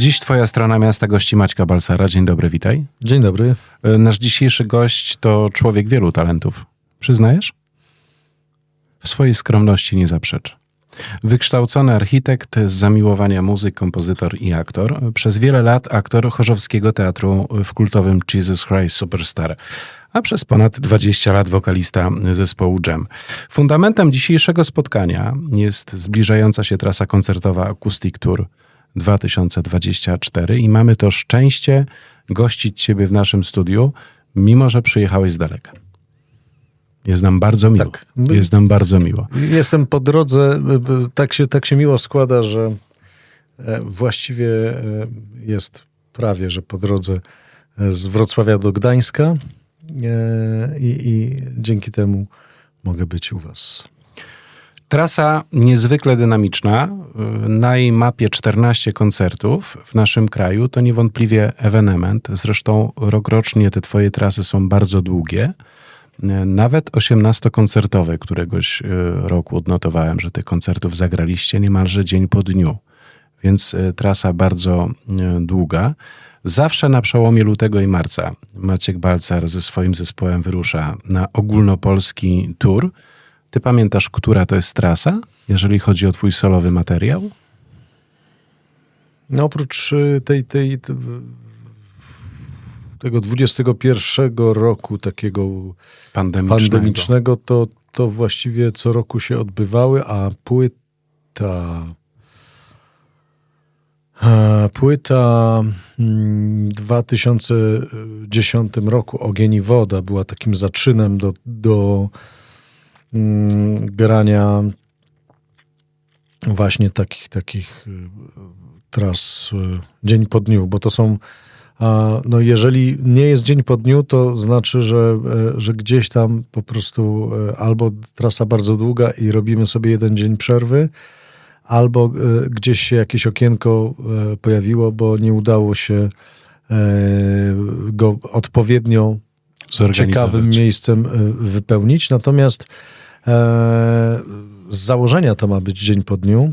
Dziś twoja strona miasta gości Maćka Balcara. Dzień dobry, witaj. Dzień dobry. Nasz dzisiejszy gość to człowiek wielu talentów. Przyznajesz? W swojej skromności nie zaprzeczy. Wykształcony architekt, z zamiłowania muzyk, kompozytor i aktor. Przez wiele lat aktor Chorzowskiego Teatru w kultowym Jesus Christ Superstar, a przez ponad 20 lat wokalista zespołu Jam. Fundamentem dzisiejszego spotkania jest zbliżająca się trasa koncertowa Acoustic Tour 2024 i mamy to szczęście gościć ciebie w naszym studiu, mimo że przyjechałeś z daleka. Jest nam bardzo miło. Tak. Jest nam bardzo miło. Jestem po drodze, tak się miło składa, że właściwie jest prawie, że po drodze z Wrocławia do Gdańska i dzięki temu mogę być u was. Trasa niezwykle dynamiczna. Na jej mapie 14 koncertów w naszym kraju. To niewątpliwie ewenement. Zresztą rokrocznie te twoje trasy są bardzo długie. Nawet 18-koncertowe, któregoś roku odnotowałem, że tych koncertów zagraliście niemalże dzień po dniu. Więc trasa bardzo długa. Zawsze na przełomie lutego i marca Maciek Balcar ze swoim zespołem wyrusza na ogólnopolski tour. Ty pamiętasz, która to jest trasa, jeżeli chodzi o twój solowy materiał? No oprócz tego 21 roku takiego pandemicznego to właściwie co roku się odbywały, a płyta w 2010 roku Ogień i woda była takim zaczynem do grania właśnie takich tras dzień po dniu, bo to są no jeżeli nie jest dzień po dniu, to znaczy, że gdzieś tam po prostu albo trasa bardzo długa i robimy sobie jeden dzień przerwy, albo gdzieś się jakieś okienko pojawiło, bo nie udało się go odpowiednio ciekawym miejscem wypełnić. Natomiast z założenia to ma być dzień po dniu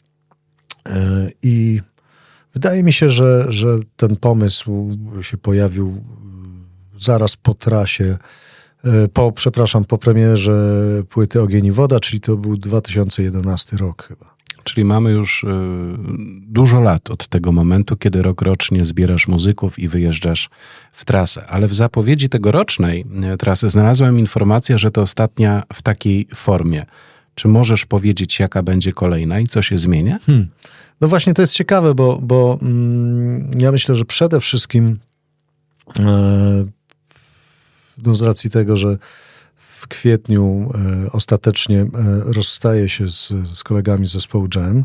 i wydaje mi się, że ten pomysł się pojawił zaraz po trasie, po premierze płyty Ogień i woda, czyli to był 2011 rok chyba. Czyli mamy już dużo lat od tego momentu, kiedy rokrocznie zbierasz muzyków i wyjeżdżasz w trasę. Ale w zapowiedzi tegorocznej trasy znalazłem informację, że to ostatnia w takiej formie. Czy możesz powiedzieć, jaka będzie kolejna i co się zmienia? No właśnie to jest ciekawe, bo ja myślę, że przede wszystkim no z racji tego, że w kwietniu ostatecznie rozstaję się z kolegami z zespołu Jam.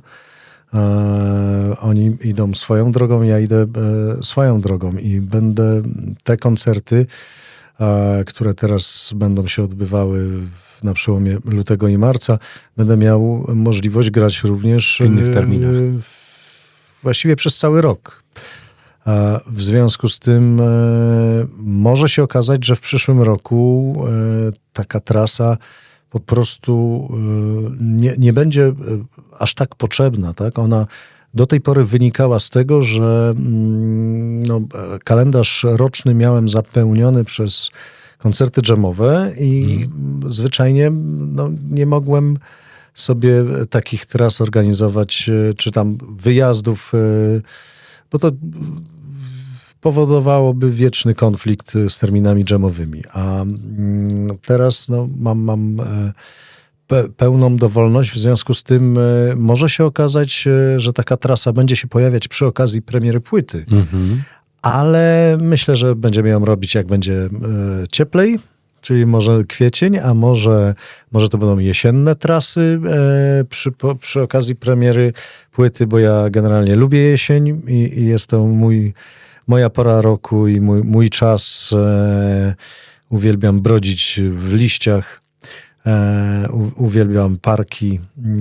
Oni idą swoją drogą, ja idę swoją drogą i będę te koncerty, które teraz będą się odbywały na przełomie lutego i marca, będę miał możliwość grać również w innych terminach. Właściwie przez cały rok. W związku z tym może się okazać, że w przyszłym roku taka trasa po prostu nie będzie aż tak potrzebna. Tak? Ona do tej pory wynikała z tego, że no, kalendarz roczny miałem zapełniony przez koncerty dżemowe i zwyczajnie no, nie mogłem sobie takich tras organizować, czy tam wyjazdów, bo to powodowałoby wieczny konflikt z terminami dżemowymi. A teraz no, mam pełną dowolność, w związku z tym może się okazać, że taka trasa będzie się pojawiać przy okazji premiery płyty. Ale myślę, że będziemy ją robić, jak będzie cieplej, czyli może kwiecień, a może to będą jesienne trasy przy okazji premiery płyty, bo ja generalnie lubię jesień i jest to moja pora roku i mój czas. Uwielbiam brodzić w liściach, uwielbiam parki,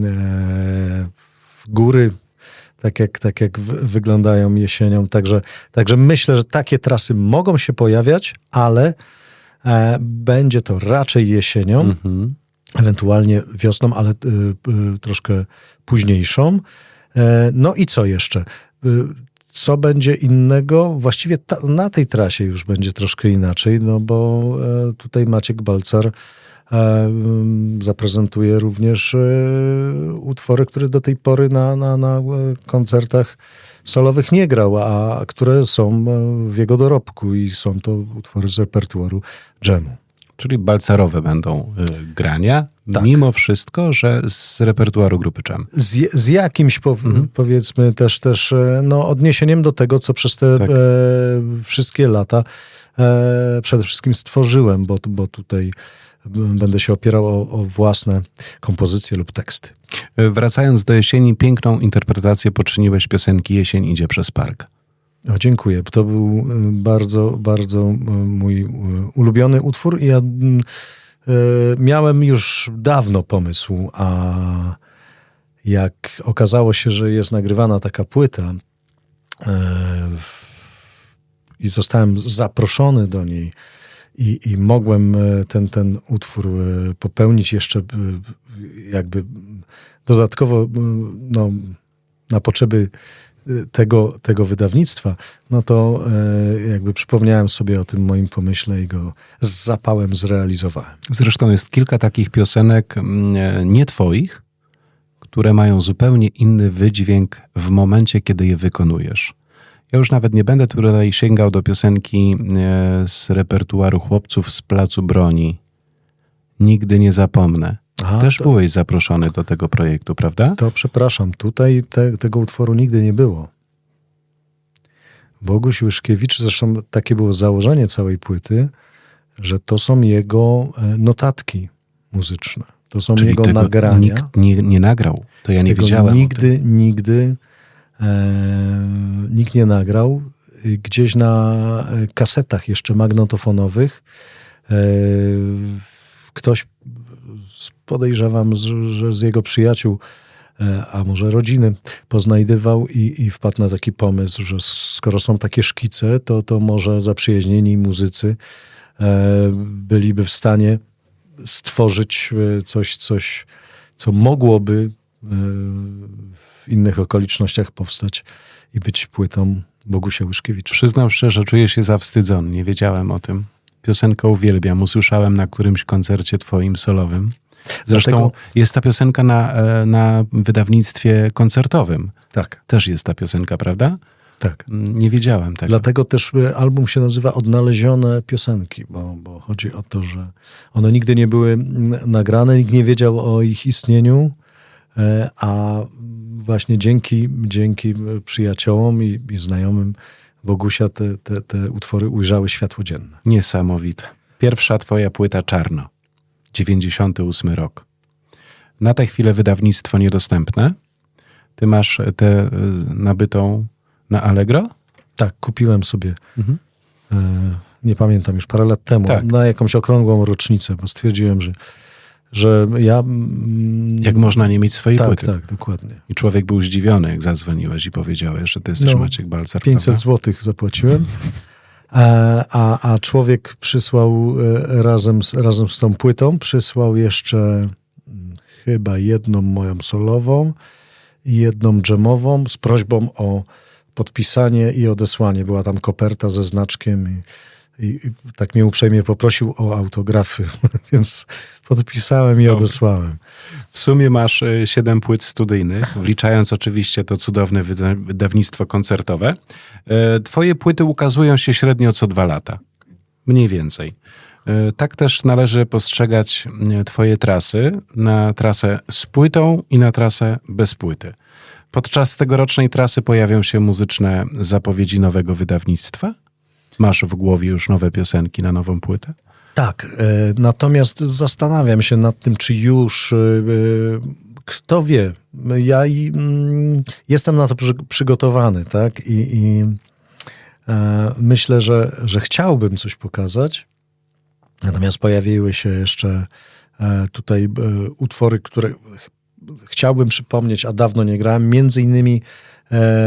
góry, tak jak wyglądają jesienią. Także myślę, że takie trasy mogą się pojawiać, ale będzie to raczej jesienią, ewentualnie wiosną, ale troszkę późniejszą. No i co jeszcze? Co będzie innego? Właściwie na tej trasie już będzie troszkę inaczej, no bo tutaj Maciek Balcar zaprezentuje również utwory, które do tej pory na koncertach solowych nie grał, a które są w jego dorobku i są to utwory z repertuaru dżemu. Czyli balcarowe będą grania, tak. Mimo wszystko, że z repertuaru grupy Dżem. Z jakimś, powiedzmy, też odniesieniem do tego, co przez te wszystkie lata przede wszystkim stworzyłem, bo tutaj będę się opierał o własne kompozycje lub teksty. Wracając do jesieni, piękną interpretację poczyniłeś piosenki Jesień idzie przez park. O, dziękuję. To był bardzo, bardzo mój ulubiony utwór i ja miałem już dawno pomysł, a jak okazało się, że jest nagrywana taka płyta i zostałem zaproszony do niej i mogłem ten utwór popełnić jeszcze jakby dodatkowo na potrzeby tego wydawnictwa, no to jakby przypomniałem sobie o tym moim pomyśle i go z zapałem zrealizowałem. Zresztą jest kilka takich piosenek nie twoich, które mają zupełnie inny wydźwięk w momencie, kiedy je wykonujesz. Ja już nawet nie będę tutaj sięgał do piosenki z repertuaru chłopców z Placu Broni. Nigdy nie zapomnę. Też byłeś zaproszony do tego projektu, prawda? To przepraszam, tutaj tego utworu nigdy nie było. Boguś Łyszkiewicz, zresztą takie było założenie całej płyty, że to są jego notatki muzyczne. To są czyli jego nagrania. Nikt nie nagrał. To ja nie wiedziałem. Nigdy nikt nie nagrał. Gdzieś na kasetach jeszcze magnetofonowych ktoś, podejrzewam, że z jego przyjaciół, a może rodziny, poznajdywał i wpadł na taki pomysł, że skoro są takie szkice, to może zaprzyjaźnieni muzycy byliby w stanie stworzyć coś, co mogłoby w innych okolicznościach powstać i być płytą Bogusia Łyszkiewicza. Przyznam szczerze, czuję się zawstydzony. Nie wiedziałem o tym. Piosenkę uwielbiam. Usłyszałem na którymś koncercie twoim solowym. Zresztą jest ta piosenka na wydawnictwie koncertowym. Tak. Też jest ta piosenka, prawda? Tak. Nie wiedziałem tego. Dlatego też album się nazywa Odnalezione piosenki, bo chodzi o to, że one nigdy nie były nagrane, nikt nie wiedział o ich istnieniu, a właśnie dzięki przyjaciołom i znajomym Bogusia te utwory ujrzały światło dzienne. Niesamowite. Pierwsza twoja płyta Czarno. 98 rok. Na tę chwilę wydawnictwo niedostępne. Ty masz tę nabytą na Allegro? Tak, kupiłem sobie, nie pamiętam, już parę lat temu, na jakąś okrągłą rocznicę, bo stwierdziłem, że ja... Jak można nie mieć swojej płyty. Tak, dokładnie. I człowiek był zdziwiony, jak zadzwoniłeś i powiedziałeś, że ty jesteś Maciek Balcar. 500 złotych zapłaciłem, a człowiek przysłał razem z tą płytą, przysłał jeszcze chyba jedną moją solową i jedną dżemową z prośbą o podpisanie i odesłanie. Była tam koperta ze znaczkiem i tak mnie uprzejmie poprosił o autografy, więc podpisałem i odesłałem. W sumie masz 7 płyt studyjnych, wliczając oczywiście to cudowne wydawnictwo koncertowe. Twoje płyty ukazują się średnio co 2 lata. Mniej więcej. Tak też należy postrzegać twoje trasy, na trasę z płytą i na trasę bez płyty. Podczas tegorocznej trasy pojawią się muzyczne zapowiedzi nowego wydawnictwa? Masz w głowie już nowe piosenki na nową płytę? Tak, natomiast zastanawiam się nad tym, czy już, kto wie, ja jestem na to przygotowany, tak, i myślę, że chciałbym coś pokazać, natomiast pojawiły się jeszcze tutaj utwory, które chciałbym przypomnieć, a dawno nie grałem, między innymi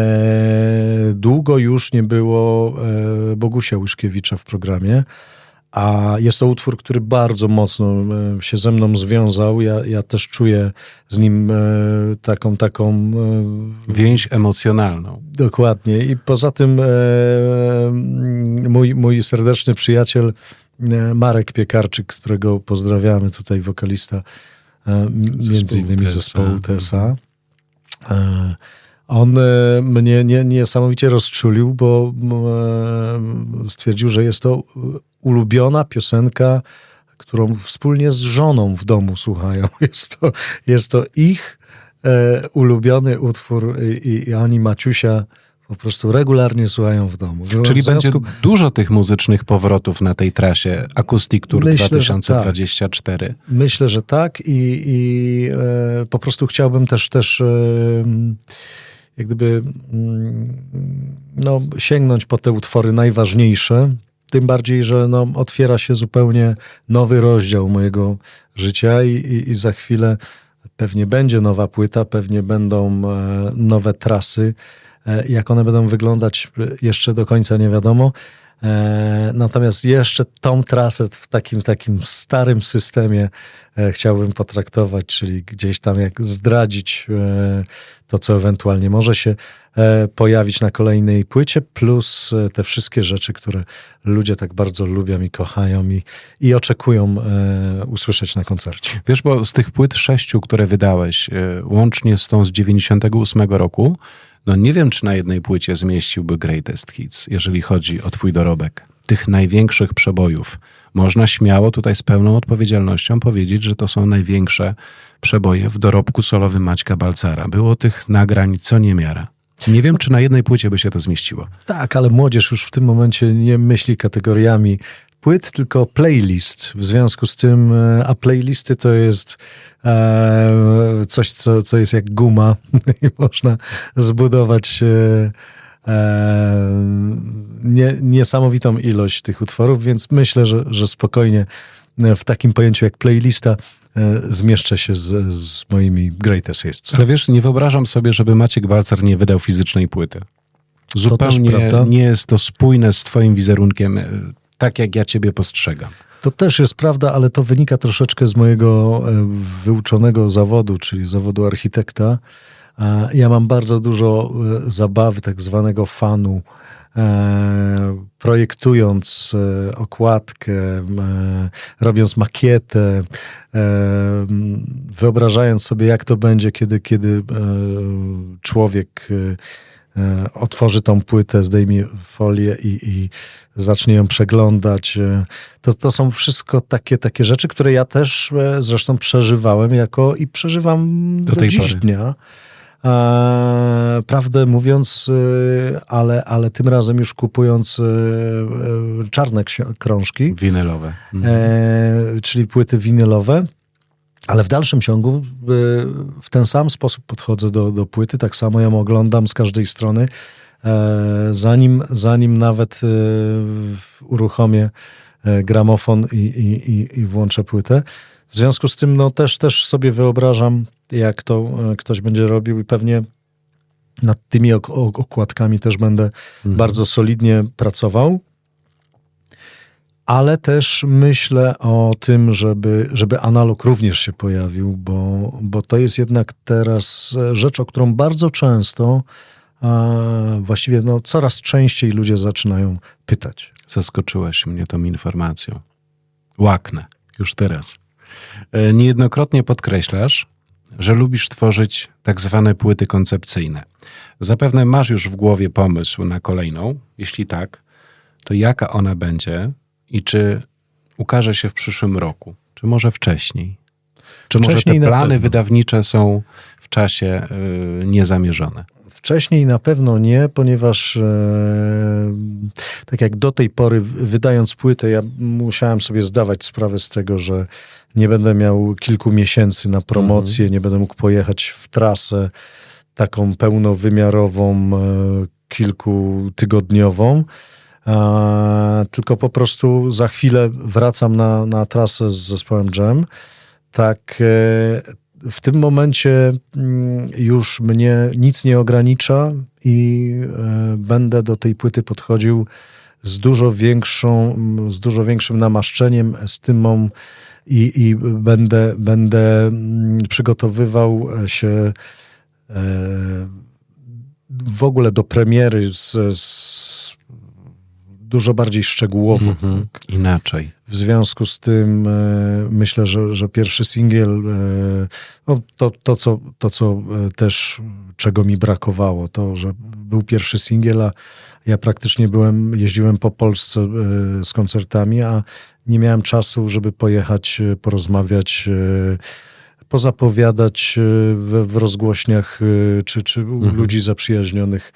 długo już nie było Bogusia Łyszkiewicza w programie, A jest to utwór, który bardzo mocno się ze mną związał. Ja też czuję z nim taką więź emocjonalną. Dokładnie. I poza tym mój serdeczny przyjaciel Marek Piekarczyk, którego pozdrawiamy tutaj, wokalista między innymi zespołu TSA. On mnie niesamowicie rozczulił, bo stwierdził, że jest to ulubiona piosenka, którą wspólnie z żoną w domu słuchają. Jest to ich ulubiony utwór i oni Maciusia po prostu regularnie słuchają w domu. Czyli będzie dużo tych muzycznych powrotów na tej trasie Acoustic Tour 2024. Myślę, że tak i po prostu chciałbym też jak gdyby sięgnąć po te utwory najważniejsze, tym bardziej, że otwiera się zupełnie nowy rozdział mojego życia i za chwilę pewnie będzie nowa płyta, pewnie będą nowe trasy. Jak one będą wyglądać, jeszcze do końca nie wiadomo. Natomiast jeszcze tą trasę w takim starym systemie chciałbym potraktować, czyli gdzieś tam jak zdradzić to, co ewentualnie może się pojawić na kolejnej płycie, plus te wszystkie rzeczy, które ludzie tak bardzo lubią i kochają i oczekują usłyszeć na koncercie. Wiesz, bo z tych płyt 6, które wydałeś, łącznie z tą z 98 roku, nie wiem, czy na jednej płycie zmieściłby Greatest Hits, jeżeli chodzi o twój dorobek. Tych największych przebojów. Można śmiało tutaj z pełną odpowiedzialnością powiedzieć, że to są największe przeboje w dorobku solowym Maćka Balcara. Było tych nagrań co niemiara. Nie wiem, czy na jednej płycie by się to zmieściło. Tak, ale młodzież już w tym momencie nie myśli kategoriami płyt, tylko playlist. W związku z tym, a playlisty to jest coś, co jest jak guma i można zbudować niesamowitą ilość tych utworów, więc myślę, że spokojnie w takim pojęciu jak playlista zmieszczę się z moimi greatest hits. Ale wiesz, nie wyobrażam sobie, żeby Maciek Balcar nie wydał fizycznej płyty. Zupełnie nie jest to spójne z twoim wizerunkiem, tak jak ja ciebie postrzegam. To też jest prawda, ale to wynika troszeczkę z mojego wyuczonego zawodu, czyli zawodu architekta. Ja mam bardzo dużo zabawy, tak zwanego fanu, projektując okładkę, robiąc makietę, wyobrażając sobie, jak to będzie, kiedy człowiek otworzy tą płytę, zdejmie folię i zacznie ją przeglądać. To są wszystko takie rzeczy, które ja też zresztą przeżywałem i przeżywam do dziś dnia. Prawdę mówiąc, ale tym razem już kupując czarne krążki. Winylowe. Czyli płyty winylowe. Ale w dalszym ciągu w ten sam sposób podchodzę do płyty, tak samo ją oglądam z każdej strony, zanim nawet uruchomię gramofon i włączę płytę. W związku z tym też sobie wyobrażam, jak to ktoś będzie robił i pewnie nad tymi okładkami też będę bardzo solidnie pracował. Ale też myślę o tym, żeby analog również się pojawił, bo to jest jednak teraz rzecz, o którą bardzo często, właściwie coraz częściej ludzie zaczynają pytać. Zaskoczyłeś mnie tą informacją. Łaknę, już teraz. Niejednokrotnie podkreślasz, że lubisz tworzyć tak zwane płyty koncepcyjne. Zapewne masz już w głowie pomysł na kolejną. Jeśli tak, to jaka ona będzie? I czy ukaże się w przyszłym roku? Czy może wcześniej? Czy może te plany wydawnicze są w czasie niezamierzone? Wcześniej na pewno nie, ponieważ tak jak do tej pory wydając płytę, ja musiałem sobie zdawać sprawę z tego, że nie będę miał kilku miesięcy na promocję, nie będę mógł pojechać w trasę taką pełnowymiarową, kilkutygodniową. Tylko po prostu za chwilę wracam na trasę z zespołem Jam. Tak, w tym momencie już mnie nic nie ogranicza i będę do tej płyty podchodził z dużo większym namaszczeniem, estymą i będę przygotowywał się w ogóle do premiery z dużo bardziej szczegółowo. Inaczej. W związku z tym myślę, że pierwszy singiel, no to co też czego mi brakowało, to, że był pierwszy singiel, a ja praktycznie jeździłem po Polsce z koncertami, a nie miałem czasu, żeby pojechać, porozmawiać, pozapowiadać w rozgłośniach czy ludzi zaprzyjaźnionych.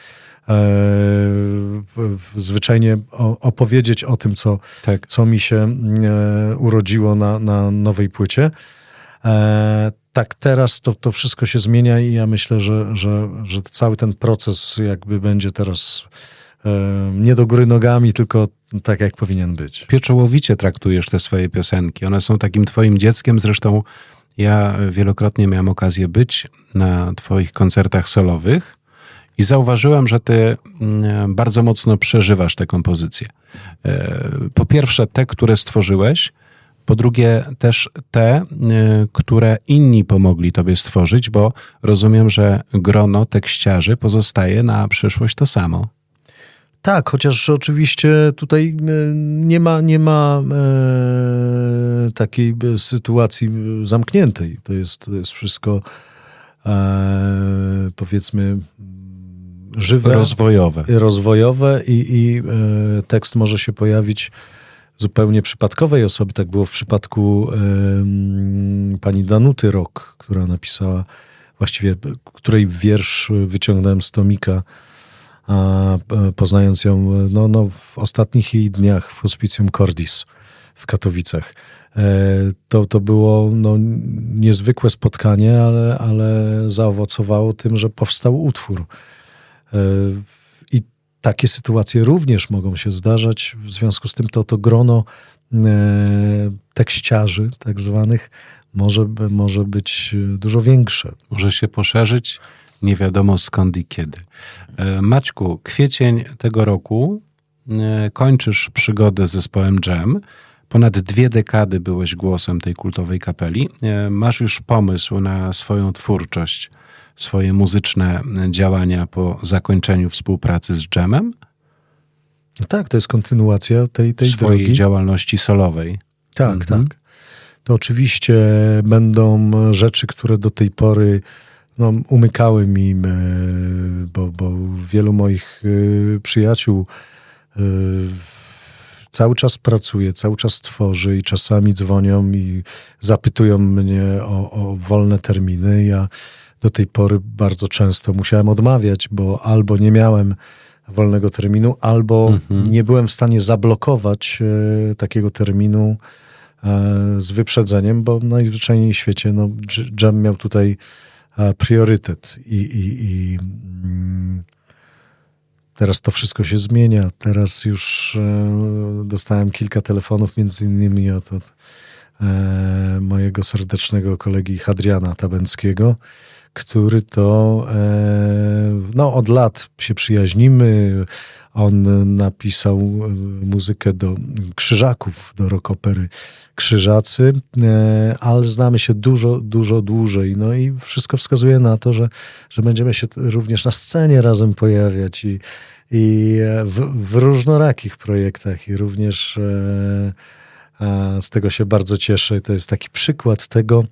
Zwyczajnie opowiedzieć o tym, co mi się urodziło na nowej płycie. Tak, teraz to wszystko się zmienia i ja myślę, że cały ten proces jakby będzie teraz nie do góry nogami, tylko tak, jak powinien być. Pieczołowicie traktujesz te swoje piosenki. One są takim twoim dzieckiem. Zresztą ja wielokrotnie miałem okazję być na twoich koncertach solowych i zauważyłem, że ty bardzo mocno przeżywasz te kompozycje. Po pierwsze te, które stworzyłeś, po drugie też te, które inni pomogli tobie stworzyć, bo rozumiem, że grono tekściarzy pozostaje na przyszłość to samo. Tak, chociaż oczywiście tutaj nie ma takiej sytuacji zamkniętej. To jest wszystko powiedzmy żywe, rozwojowe i tekst może się pojawić zupełnie przypadkowej osoby. Tak było w przypadku pani Danuty Rok, która napisała, właściwie której wiersz wyciągnąłem z tomika, poznając ją w ostatnich jej dniach w Hospicjum Cordis w Katowicach. To było niezwykłe spotkanie, ale zaowocowało tym, że powstał utwór. I takie sytuacje również mogą się zdarzać. W związku z tym to grono tekściarzy tak zwanych może być dużo większe. Może się poszerzyć, nie wiadomo skąd i kiedy. Maćku, kwiecień tego roku kończysz przygodę z zespołem Dżem. Ponad 2 dekady byłeś głosem tej kultowej kapeli. Masz już pomysł na swoją twórczość, swoje muzyczne działania po zakończeniu współpracy z Dżemem? No tak, to jest kontynuacja tej swojej drogi. Działalności solowej. Tak, tak. To oczywiście będą rzeczy, które do tej pory umykały mi, bo wielu moich przyjaciół cały czas pracuje, cały czas tworzy i czasami dzwonią i zapytują mnie o wolne terminy. Ja do tej pory bardzo często musiałem odmawiać, bo albo nie miałem wolnego terminu, albo nie byłem w stanie zablokować takiego terminu z wyprzedzeniem, bo najzwyczajniej w świecie Dżem miał tutaj priorytet i teraz to wszystko się zmienia. Teraz już dostałem kilka telefonów, między innymi od mojego serdecznego kolegi Hadriana Tabęckiego, który to od lat się przyjaźnimy. On napisał muzykę do Krzyżaków, do rock opery Krzyżacy, ale znamy się dużo dłużej. No i wszystko wskazuje na to, że będziemy się również na scenie razem pojawiać i w różnorakich projektach i również z tego się bardzo cieszę. To jest taki przykład tego,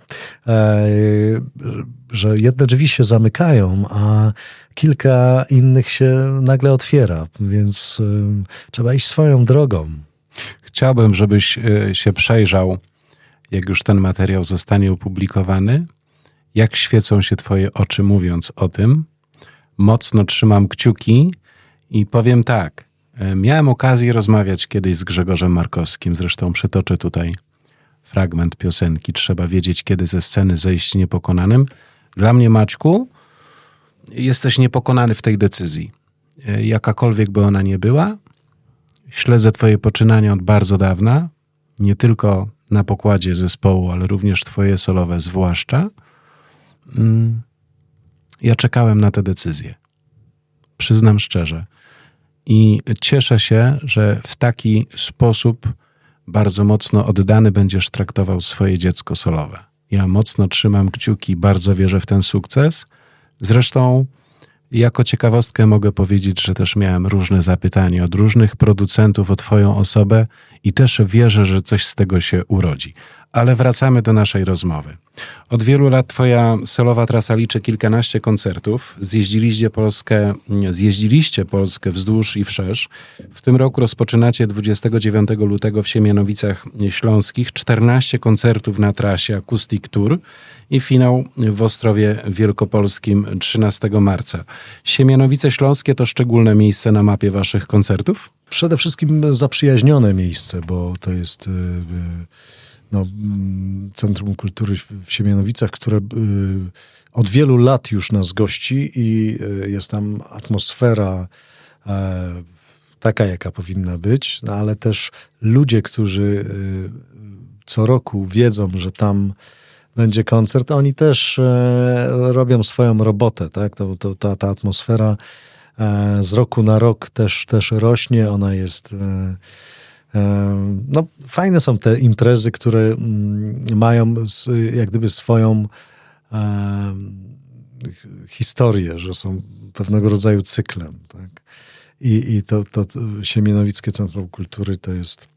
że jedne drzwi się zamykają, a kilka innych się nagle otwiera, więc trzeba iść swoją drogą. Chciałbym, żebyś się przejrzał, jak już ten materiał zostanie opublikowany, jak świecą się twoje oczy mówiąc o tym. Mocno trzymam kciuki i powiem tak. Miałem okazję rozmawiać kiedyś z Grzegorzem Markowskim, zresztą przytoczę tutaj fragment piosenki Trzeba wiedzieć, kiedy ze sceny zejść niepokonanym. Dla mnie, Maćku, jesteś niepokonany w tej decyzji. Jakakolwiek by ona nie była, śledzę twoje poczynania od bardzo dawna, nie tylko na pokładzie zespołu, ale również twoje solowe zwłaszcza. Ja czekałem na tę decyzję. Przyznam szczerze. i cieszę się, że w taki sposób bardzo mocno oddany będziesz traktował swoje dziecko solowe. Ja mocno trzymam kciuki, bardzo wierzę w ten sukces. Zresztą jako ciekawostkę mogę powiedzieć, że też miałem różne zapytania od różnych producentów o twoją osobę i też wierzę, że coś z tego się urodzi. Ale wracamy do naszej rozmowy. Od wielu lat twoja solowa trasa liczy kilkanaście koncertów. Zjeździliście Polskę wzdłuż i wszerz. W tym roku rozpoczynacie 29 lutego w Siemianowicach Śląskich 14 koncertów na trasie Acoustic Tour i finał w Ostrowie Wielkopolskim 13 marca. Siemianowice Śląskie to szczególne miejsce na mapie waszych koncertów? Przede wszystkim zaprzyjaźnione miejsce, bo to jest Centrum Kultury w Siemianowicach, które od wielu lat już nas gości i jest tam atmosfera taka, jaka powinna być, no ale też ludzie, którzy co roku wiedzą, że tam będzie koncert, oni też robią swoją robotę, tak? Ta atmosfera z roku na rok też rośnie, ona jest... fajne są te imprezy, które mają jak gdyby swoją historię, że są pewnego rodzaju cyklem. Tak? I to Siemianowickie Centrum Kultury to jest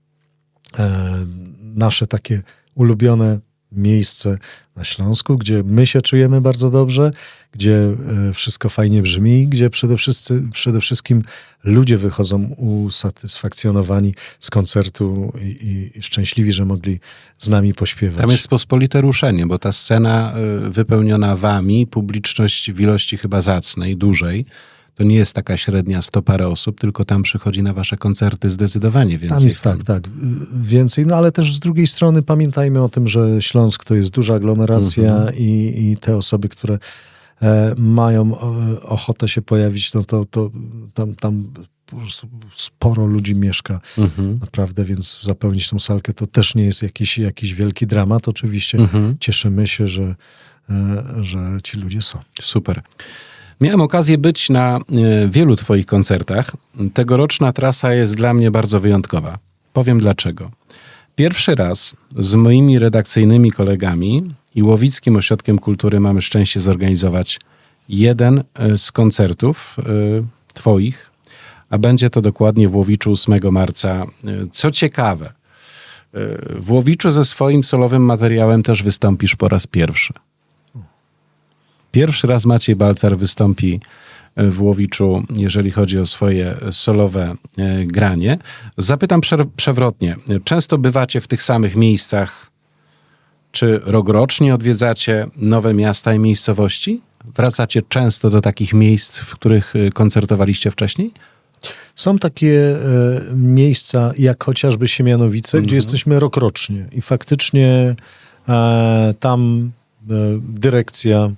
nasze takie ulubione miejsce na Śląsku, gdzie my się czujemy bardzo dobrze, gdzie wszystko fajnie brzmi, gdzie przede wszystkim ludzie wychodzą usatysfakcjonowani z koncertu i szczęśliwi, że mogli z nami pośpiewać. Tam jest pospolite ruszenie, bo ta scena wypełniona wami, publiczność w ilości chyba zacnej, dużej, to nie jest taka średnia 100 parę osób, tylko tam przychodzi na wasze koncerty zdecydowanie więcej. Tam jest tak, więcej, no ale też z drugiej strony pamiętajmy o tym, że Śląsk to jest duża aglomeracja i te osoby, które mają ochotę się pojawić, no to tam po prostu sporo ludzi mieszka naprawdę, więc zapełnić tą salkę to też nie jest jakiś wielki dramat. Oczywiście cieszymy się, że ci ludzie są. Super. Miałem okazję być na wielu twoich koncertach. Tegoroczna trasa jest dla mnie bardzo wyjątkowa. Powiem dlaczego. Pierwszy raz z moimi redakcyjnymi kolegami i Łowickim Ośrodkiem Kultury mamy szczęście zorganizować jeden z koncertów twoich, a będzie to dokładnie w Łowiczu 8 marca. Co ciekawe, w Łowiczu ze swoim solowym materiałem też wystąpisz po raz pierwszy. Pierwszy raz Maciej Balcar wystąpi w Łowiczu, jeżeli chodzi o swoje solowe granie. Zapytam przewrotnie. Często bywacie w tych samych miejscach? Czy rokrocznie odwiedzacie nowe miasta i miejscowości? Wracacie często do takich miejsc, w których koncertowaliście wcześniej? Są takie miejsca, jak chociażby Siemianowice, gdzie jesteśmy rokrocznie. I faktycznie tam dyrekcja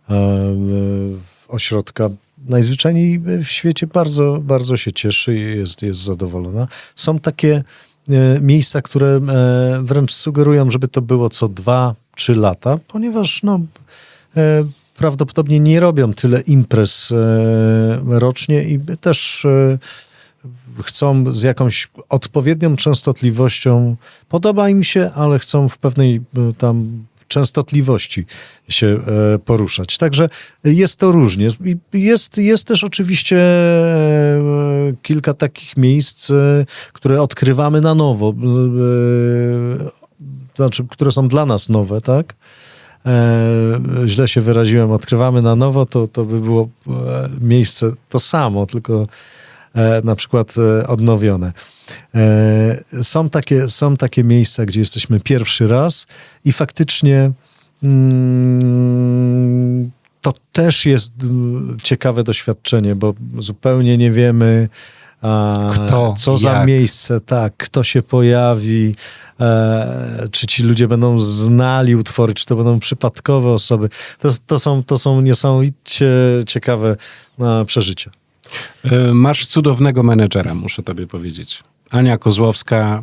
ośrodka najzwyczajniej w świecie bardzo, bardzo się cieszy i jest zadowolona. Są takie miejsca, które wręcz sugerują, żeby to było co 2-3 lata, ponieważ prawdopodobnie nie robią tyle imprez rocznie i też chcą z jakąś odpowiednią częstotliwością, podoba im się, ale chcą w pewnej tam częstotliwości się poruszać. Także jest to różnie. Jest też oczywiście kilka takich miejsc, które odkrywamy na nowo, znaczy, które są dla nas nowe, tak? Źle się wyraziłem, odkrywamy na nowo, to by było miejsce to samo, tylko na przykład odnowione. Są takie miejsca, gdzie jesteśmy pierwszy raz i faktycznie to też jest ciekawe doświadczenie, bo zupełnie nie wiemy, co za miejsce, tak, kto się pojawi, czy ci ludzie będą znali utwory, czy to będą przypadkowe osoby. To są niesamowicie ciekawe przeżycia. Masz cudownego menedżera, muszę tobie powiedzieć. Ania Kozłowska,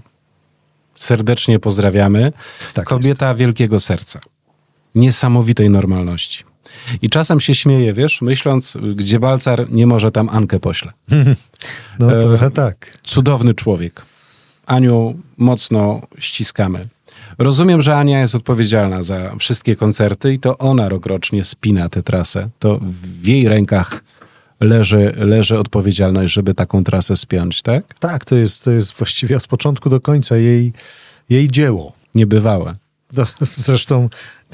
serdecznie pozdrawiamy. Tak, kobieta wielkiego serca, niesamowitej normalności. I czasem się śmieję, wiesz, myśląc, gdzie Balcar, nie może tam Ankę pośle. No trochę tak. Cudowny człowiek. Aniu mocno ściskamy. Rozumiem, że Ania jest odpowiedzialna za wszystkie koncerty i to ona rokrocznie spina tę trasę. To w jej rękach leży odpowiedzialność, żeby taką trasę spiąć, tak? Tak, to jest właściwie od początku do końca jej dzieło. Niebywałe. Zresztą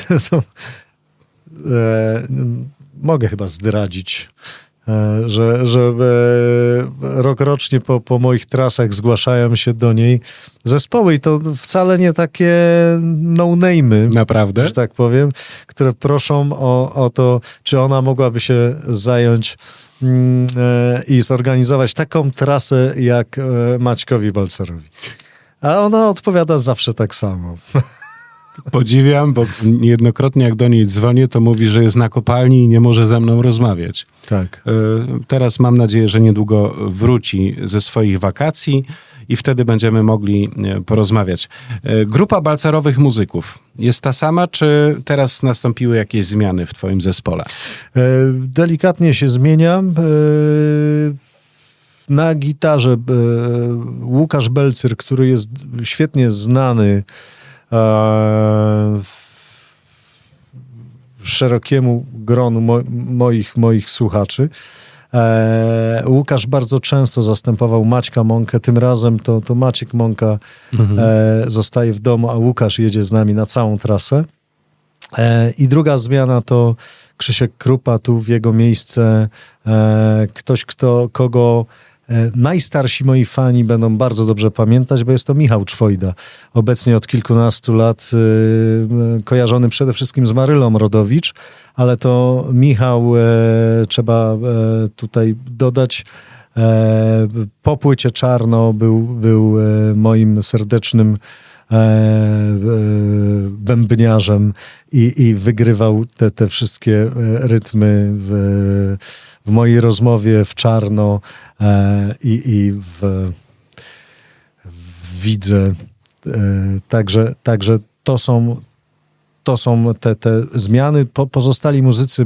mogę chyba zdradzić, że rokrocznie po moich trasach zgłaszają się do niej zespoły i to wcale nie takie no-name'y, Naprawdę? że tak powiem, które proszą o to, czy ona mogłaby się zająć i zorganizować taką trasę jak Maćkowi Balcarowi. A ona odpowiada zawsze tak samo. Podziwiam, bo niejednokrotnie jak do niej dzwonię, to mówi, że jest na kopalni i nie może ze mną rozmawiać. Tak. Teraz mam nadzieję, że niedługo wróci ze swoich wakacji i wtedy będziemy mogli porozmawiać. Grupa balcarowych muzyków jest ta sama, czy teraz nastąpiły jakieś zmiany w twoim zespole? Delikatnie się zmienia. Na gitarze Łukasz Belcyr, który jest świetnie znany szerokiemu gronu moich słuchaczy. Łukasz bardzo często zastępował Maćka Mąkę. Tym razem to Maciek Mąka zostaje w domu, a Łukasz jedzie z nami na całą trasę. I druga zmiana to Krzysiek Krupa, tu w jego miejsce ktoś, kogo najstarsi moi fani będą bardzo dobrze pamiętać, bo jest to Michał Czwojda. Obecnie od kilkunastu lat kojarzony przede wszystkim z Marylą Rodowicz, ale to Michał, trzeba tutaj dodać, po płycie Czarno był moim serdecznym bębniarzem i wygrywał te wszystkie rytmy w mojej rozmowie w Czarno i w Widze. Także to są te zmiany. Pozostali muzycy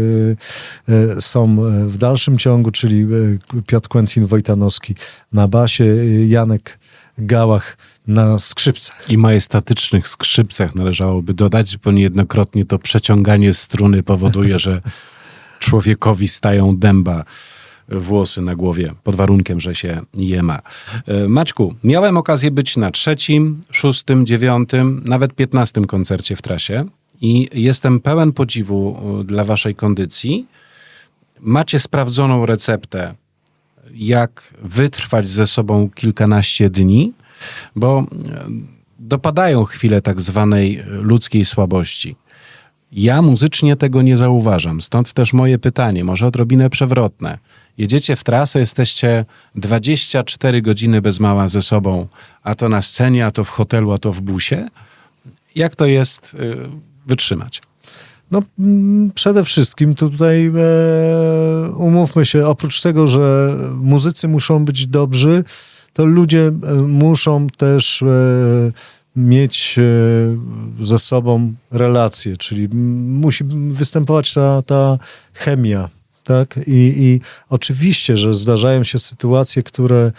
są w dalszym ciągu, czyli Piotr Quentin Wojtanowski na basie, Janek Gałach na skrzypcach. I majestatycznych skrzypcach należałoby dodać, bo niejednokrotnie to przeciąganie struny powoduje, że człowiekowi stają dęba włosy na głowie, pod warunkiem, że się je ma. Maćku, miałem okazję być na 3., 6., 9., nawet 15 koncercie w trasie i jestem pełen podziwu dla waszej kondycji. Macie sprawdzoną receptę, jak wytrwać ze sobą kilkanaście dni, bo dopadają chwile tak zwanej ludzkiej słabości. Ja muzycznie tego nie zauważam, stąd też moje pytanie, może odrobinę przewrotne. Jedziecie w trasę, jesteście 24 godziny bez mała ze sobą, a to na scenie, a to w hotelu, a to w busie. Jak to jest wytrzymać? No przede wszystkim tutaj umówmy się, oprócz tego, że muzycy muszą być dobrzy, to ludzie muszą też mieć ze sobą relacje, czyli musi występować ta chemia, tak? I oczywiście, że zdarzają się sytuacje, które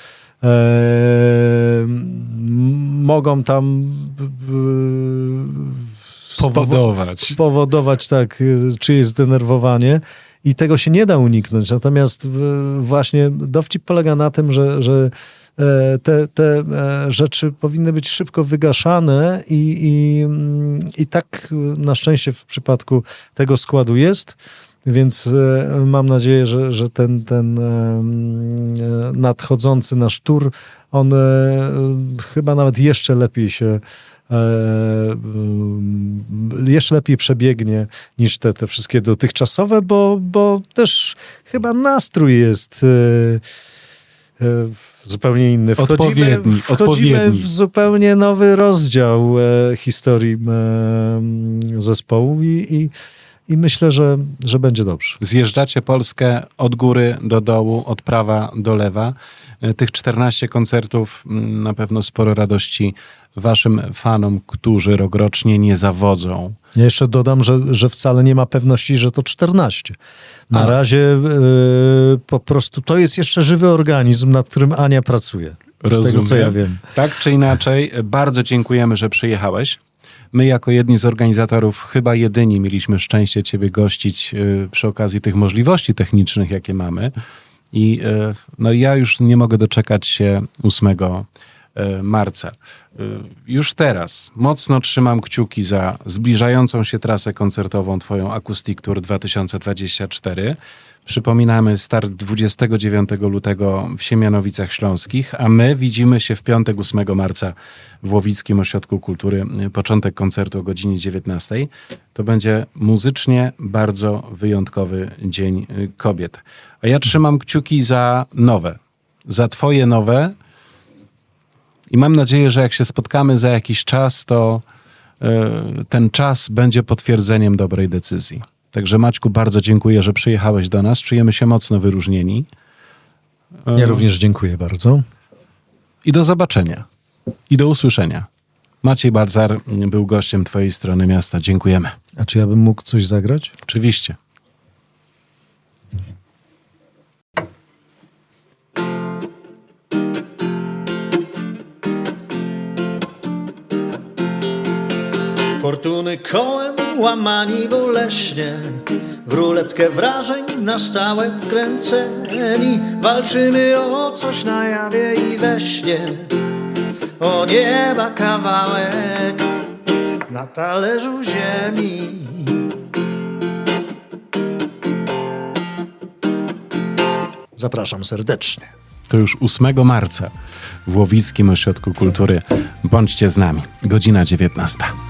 mogą tam spowodować tak, czyjeś zdenerwowanie i tego się nie da uniknąć. Natomiast właśnie dowcip polega na tym, że te rzeczy powinny być szybko wygaszane i tak na szczęście w przypadku tego składu jest, więc mam nadzieję, że ten nadchodzący nasz tour, on chyba nawet jeszcze lepiej przebiegnie niż te wszystkie dotychczasowe, bo też chyba nastrój jest zupełnie inny. Wchodzimy w zupełnie nowy rozdział historii zespołu i myślę, że będzie dobrze. Zjeżdżacie Polskę od góry do dołu, od prawa do lewa. Tych 14 koncertów na pewno sporo radości waszym fanom, którzy rokrocznie nie zawodzą. Ja jeszcze dodam, że wcale nie ma pewności, że to 14. Na razie po prostu to jest jeszcze żywy organizm, nad którym Ania pracuje. Rozumiem. Z tego, co ja wiem. Tak czy inaczej, bardzo dziękujemy, że przyjechałeś. My jako jedni z organizatorów chyba jedyni mieliśmy szczęście ciebie gościć przy okazji tych możliwości technicznych, jakie mamy. I ja już nie mogę doczekać się 8 marca. Już teraz mocno trzymam kciuki za zbliżającą się trasę koncertową twoją Acoustic Tour 2024. Przypominamy start 29 lutego w Siemianowicach Śląskich, a my widzimy się w piątek 8 marca w Łowickim Ośrodku Kultury. Początek koncertu o godzinie 19. To będzie muzycznie bardzo wyjątkowy Dzień Kobiet. A ja trzymam kciuki za nowe, za twoje nowe i mam nadzieję, że jak się spotkamy za jakiś czas, to ten czas będzie potwierdzeniem dobrej decyzji. Także Maćku, bardzo dziękuję, że przyjechałeś do nas. Czujemy się mocno wyróżnieni. Ja również dziękuję bardzo. I do zobaczenia. I do usłyszenia. Maciej Balcar był gościem twojej strony miasta. Dziękujemy. A czy ja bym mógł coś zagrać? Oczywiście. Fortuny kołem łamani boleśnie, w ruletkę wrażeń na stałe wkręceni. Walczymy o coś na jawie i we śnie, o nieba kawałek na talerzu ziemi. Zapraszam serdecznie. To już 8 marca w Łowickim Ośrodku Kultury. Bądźcie z nami. Godzina 19.